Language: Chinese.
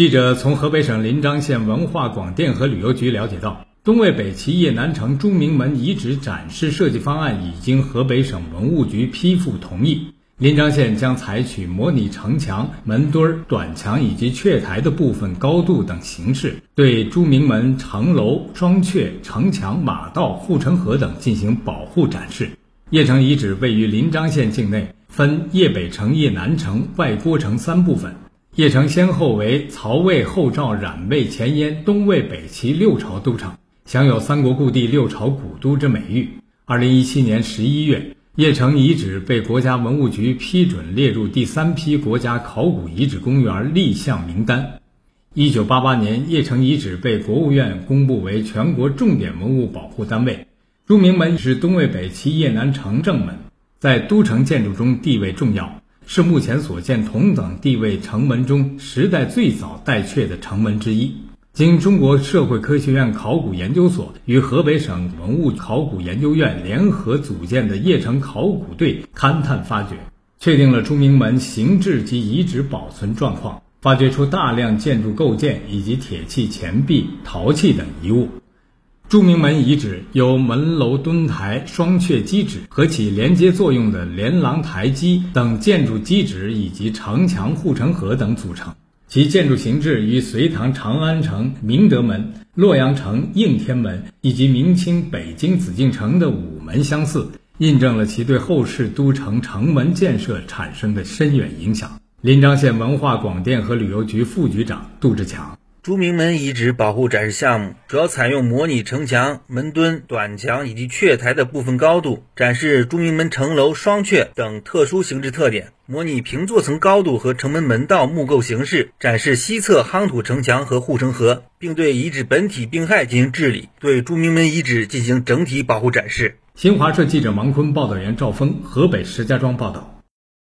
记者从河北省临漳县文化广电和旅游局了解到，东魏北齐邺南城朱明门遗址展示设计方案已经河北省文物局批复同意，临漳县将采取模拟城墙、门墩、短墙以及阙台的部分高度等形式，对朱明门城楼、双阙、城墙、马道、护城河等进行保护展示。邺城遗址位于临漳县境内，分邺北城、邺南城、外郭城3部分。邺城先后为曹魏、后赵、冉魏、前燕、东魏、北齐6朝都城，享有三国故地、6朝古都之美誉。2017年11月，邺城遗址被国家文物局批准列入第3批国家考古遗址公园立项名单。1988年，邺城遗址被国务院公布为全国重点文物保护单位。朱明门是东魏北齐邺南城正门，在都城建筑中地位重要，是目前所见同等地位城门中时代最早带阙的城门之一。经中国社会科学院考古研究所与河北省文物考古研究院联合组建的邺城考古队勘探发掘，确定了朱明门形制及遗址保存状况，发掘出大量建筑构件以及铁器、钱币、陶器等遗物。朱明门遗址由门楼墩台、双阙基址和起连接作用的连廊台基等建筑基址以及城墙、护城河等组成，其建筑形制与隋唐长安城、明德门、洛阳城、应天门以及明清北京紫禁城的午门相似，印证了其对后世都城城门建设产生的深远影响。临漳县文化广电和旅游局副局长杜志强： 朱明门遗址保护展示项目主要采用模拟城墙、门墩、短墙以及阙台的部分高度，展示朱明门城楼、双阙等特殊形制特点，模拟平座层高度和城门门道木构形式，展示西侧夯土城墙和护城河，并对遗址本体病害进行治理，对朱明门遗址进行整体保护展示。 新华社记者王坤，报道员赵峰，河北石家庄报道。